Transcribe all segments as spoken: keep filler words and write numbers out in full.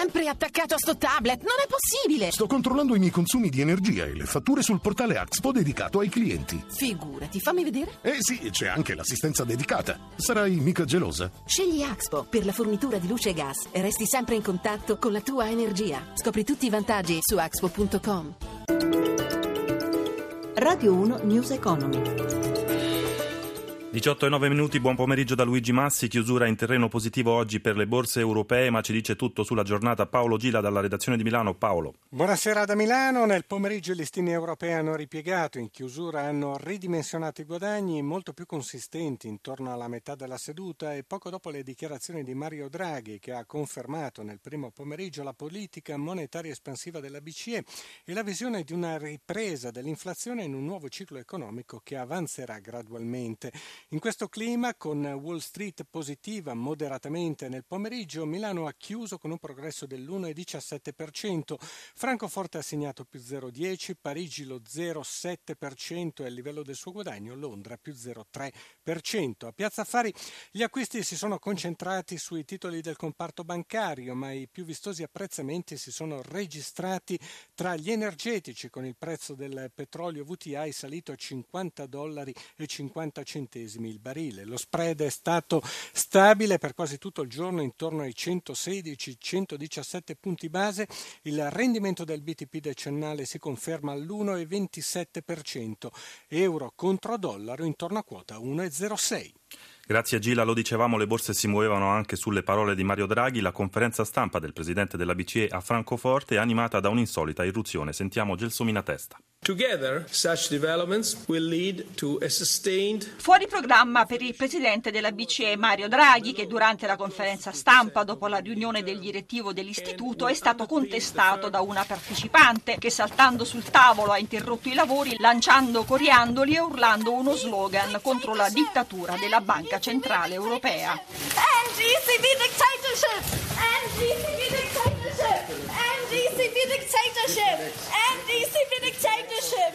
sempre attaccato a sto tablet, non è possibile! Sto controllando i miei consumi di energia e le fatture sul portale Axpo dedicato ai clienti. Figurati, fammi vedere. Eh sì, c'è anche l'assistenza dedicata. Sarai mica gelosa? Scegli Axpo per la fornitura di luce e gas e resti sempre in contatto con la tua energia. Scopri tutti i vantaggi su axpo punto com. Radio uno News Economy. diciotto e nove minuti, buon pomeriggio da Luigi Massi. Chiusura in terreno positivo oggi per le borse europee, ma ci dice tutto sulla giornata Paolo Gila dalla redazione di Milano. Paolo. Buonasera da Milano. Nel pomeriggio i listini europei hanno ripiegato, in chiusura hanno ridimensionato i guadagni molto più consistenti intorno alla metà della seduta e poco dopo le dichiarazioni di Mario Draghi, che ha confermato nel primo pomeriggio la politica monetaria espansiva della B C E e la visione di una ripresa dell'inflazione in un nuovo ciclo economico che avanzerà gradualmente. In questo clima, con Wall Street positiva moderatamente nel pomeriggio, Milano ha chiuso con un progresso dell'uno virgola diciassette per cento, Francoforte ha segnato più zero virgola dieci, Parigi lo zero virgola sette per cento è il livello del suo guadagno, Londra più zero virgola tre per cento. A Piazza Affari gli acquisti si sono concentrati sui titoli del comparto bancario, ma i più vistosi apprezzamenti si sono registrati tra gli energetici, con il prezzo del petrolio V T I salito a cinquanta dollari e cinquanta centesimi il barile. Lo spread è stato stabile per quasi tutto il giorno intorno ai centosedici centodiciassette punti base. Il rendimento del B T P decennale si conferma all'uno virgola ventisette per cento, euro contro dollaro intorno a quota uno virgola zero sei. Grazie Gila, lo dicevamo, le borse si muovevano anche sulle parole di Mario Draghi. La conferenza stampa del presidente della B C E a Francoforte è animata da un'insolita irruzione. Sentiamo Gelsomina Testa. Together, such developments will lead to a sustained... Fuori programma per il presidente della B C E Mario Draghi, che durante la conferenza stampa dopo la riunione del direttivo dell'istituto è stato contestato da una partecipante che, saltando sul tavolo, ha interrotto i lavori lanciando coriandoli e urlando uno slogan contro la dittatura della Banca Centrale Europea. End E C B dictatorship! End E C B dictatorship! End E C B dictatorship! End E C B dictatorship!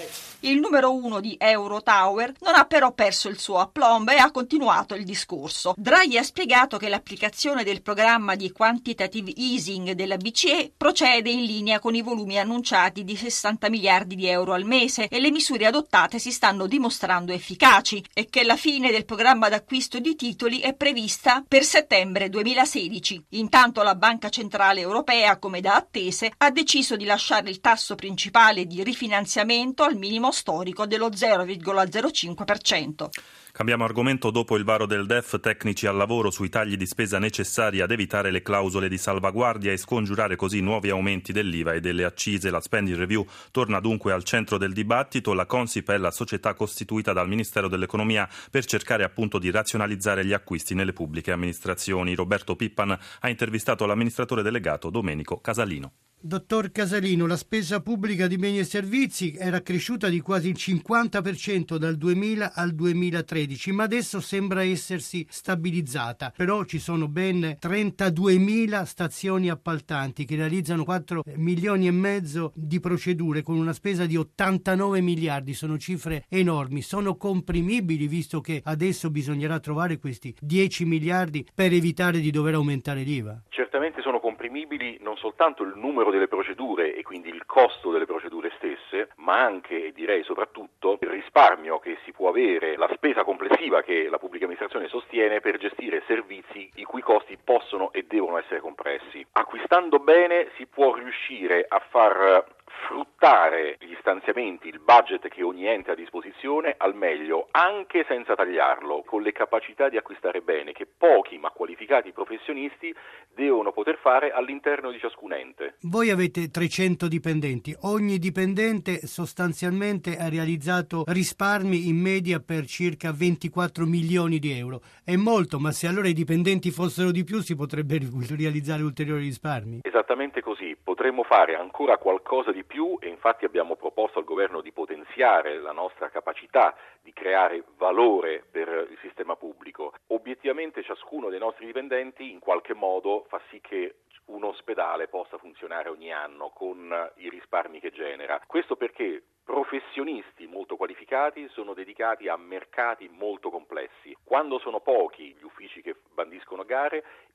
Il numero uno di Eurotower non ha però perso il suo aplomb e ha continuato il discorso. Draghi ha spiegato che l'applicazione del programma di quantitative easing della B C E procede in linea con i volumi annunciati di sessanta miliardi di euro al mese e le misure adottate si stanno dimostrando efficaci e che la fine del programma d'acquisto di titoli è prevista per settembre duemilasedici. Intanto la Banca Centrale Europea, come da attese, ha deciso di lasciare il tasso principale di rifinanziamento al minimo storico dello zero virgola zero cinque per cento. Cambiamo argomento. Dopo il varo del D E F, tecnici al lavoro sui tagli di spesa necessari ad evitare le clausole di salvaguardia e scongiurare così nuovi aumenti dell'I V A e delle accise. La spending review torna dunque al centro del dibattito. La Consip è la società costituita dal Ministero dell'Economia per cercare appunto di razionalizzare gli acquisti nelle pubbliche amministrazioni. Roberto Pippan ha intervistato l'amministratore delegato Domenico Casalino. Dottor Casalino, la spesa pubblica di beni e servizi era cresciuta di quasi il cinquanta per cento dal duemila al duemilatredici, ma adesso sembra essersi stabilizzata. Però ci sono ben trentaduemila stazioni appaltanti che realizzano quattro milioni e mezzo di procedure con una spesa di ottantanove miliardi. Sono cifre enormi, sono comprimibili visto che adesso bisognerà trovare questi dieci miliardi per evitare di dover aumentare l'I V A. Certamente sono comprimibili non soltanto il numero delle procedure e quindi il costo delle procedure stesse, ma anche e direi soprattutto il risparmio che si può avere, la spesa complessiva che la pubblica amministrazione sostiene per gestire servizi i cui costi possono e devono essere compressi. Acquistando bene si può riuscire a far sfruttare gli stanziamenti, il budget che ogni ente ha a disposizione al meglio, anche senza tagliarlo, con le capacità di acquistare bene che pochi ma qualificati professionisti devono poter fare all'interno di ciascun ente. Voi avete trecento dipendenti, ogni dipendente sostanzialmente ha realizzato risparmi in media per circa ventiquattro milioni di euro. È molto, ma se allora i dipendenti fossero di più si potrebbe realizzare ulteriori risparmi. Esattamente così, potremmo fare ancora qualcosa di più e infatti abbiamo proposto al governo di potenziare la nostra capacità di creare valore per il sistema pubblico. Obiettivamente ciascuno dei nostri dipendenti in qualche modo fa sì che un ospedale possa funzionare ogni anno con i risparmi che genera. Questo perché professionisti molto qualificati sono dedicati a mercati molto complessi. Quando sono pochi gli uffici che bandiscono gare,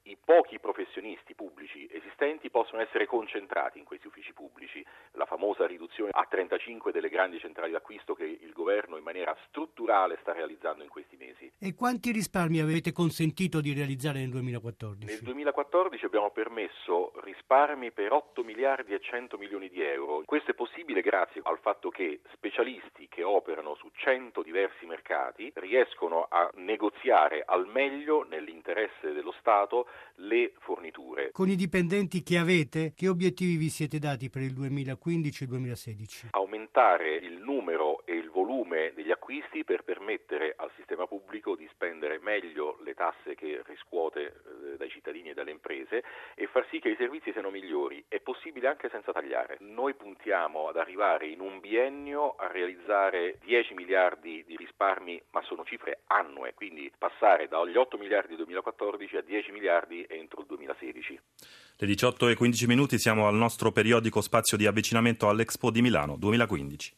i pochi professionisti pubblici esistenti possono essere concentrati in questi uffici pubblici. La famosa riduzione a trentacinque delle grandi centrali d'acquisto che il governo in maniera strutturale sta realizzando in questi mesi. E quanti risparmi avete consentito di realizzare nel duemilaquattordici? Nel duemilaquattordici abbiamo permesso risparmi per otto miliardi e cento milioni di euro. Questo è possibile grazie al fatto che specialisti che operano su cento diversi mercati riescono a negoziare al meglio, nell'interesse dello Stato, le forniture. Con i dipendenti che avete, che obiettivi vi siete dati per il duemilaquindici e duemilasedici? Aumentare il numero e il volume degli acquisti per permettere al sistema pubblico di spendere meglio le tasse che riscuote eh, dai cittadini e dalle imprese e far sì che i servizi siano migliori. È possibile anche senza tagliare. Noi puntiamo ad arrivare in un biennio a realizzare dieci miliardi di risparmi, ma sono cifre annue, quindi passare dagli otto miliardi del duemilaquattordici a dieci miliardi entro il duemilasedici. Le diciotto e quindici minuti, siamo al nostro periodico spazio di avvicinamento all'Expo di Milano duemilaquindici.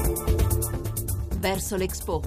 Verso l'Expo.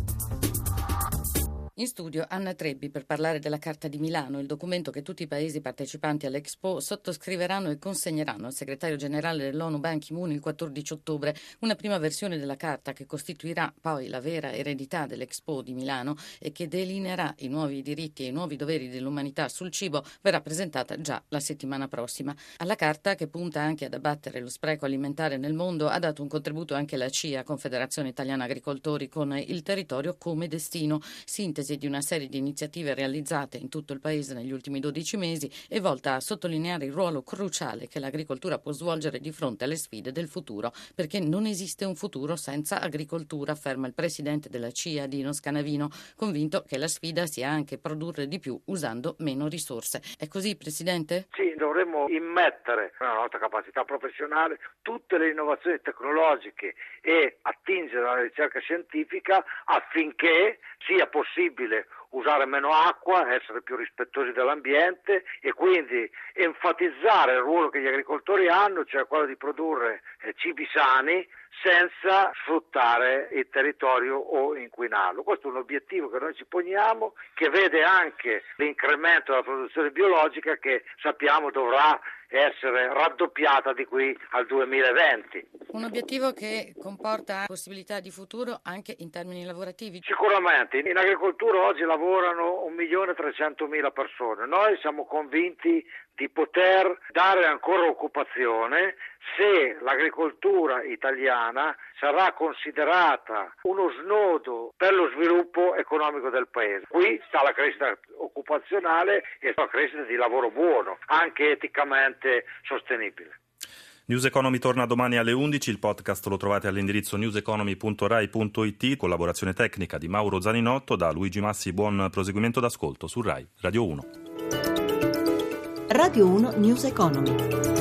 In studio Anna Trebbi per parlare della Carta di Milano, il documento che tutti i paesi partecipanti all'Expo sottoscriveranno e consegneranno al segretario generale dell'ONU Ban Ki-moon il quattordici ottobre. Una prima versione della Carta che costituirà poi la vera eredità dell'Expo di Milano e che delineerà i nuovi diritti e i nuovi doveri dell'umanità sul cibo verrà presentata già la settimana prossima. Alla Carta, che punta anche ad abbattere lo spreco alimentare nel mondo, ha dato un contributo anche la C I A, Confederazione Italiana Agricoltori, con il territorio come destino, sintesi di una serie di iniziative realizzate in tutto il paese negli ultimi dodici mesi e volta a sottolineare il ruolo cruciale che l'agricoltura può svolgere di fronte alle sfide del futuro, perché non esiste un futuro senza agricoltura, afferma il presidente della C I A, Dino Scanavino, convinto che la sfida sia anche produrre di più usando meno risorse. È così, Presidente? Sì, dovremmo immettere nella nostra capacità professionale tutte le innovazioni tecnologiche e attingere alla ricerca scientifica affinché sia possibile usare meno acqua, essere più rispettosi dell'ambiente e quindi enfatizzare il ruolo che gli agricoltori hanno, cioè quello di produrre eh, cibi sani senza sfruttare il territorio o inquinarlo. Questo è un obiettivo che noi ci poniamo, che vede anche l'incremento della produzione biologica che sappiamo dovrà essere raddoppiata di qui al duemilaventi. Un obiettivo che comporta possibilità di futuro anche in termini lavorativi? Sicuramente, in agricoltura oggi lavorano un milione e trecentomila persone. Noi siamo convinti di poter dare ancora occupazione se l'agricoltura italiana sarà considerata uno snodo per lo sviluppo economico del paese. Qui sta la crescita occupazionale e la crescita di lavoro buono, anche eticamente sostenibile. News Economy torna domani alle undici, il podcast lo trovate all'indirizzo newseconomy punto rai punto it, collaborazione tecnica di Mauro Zaninotto, da Luigi Massi buon proseguimento d'ascolto su Rai Radio uno. Radio uno News Economy.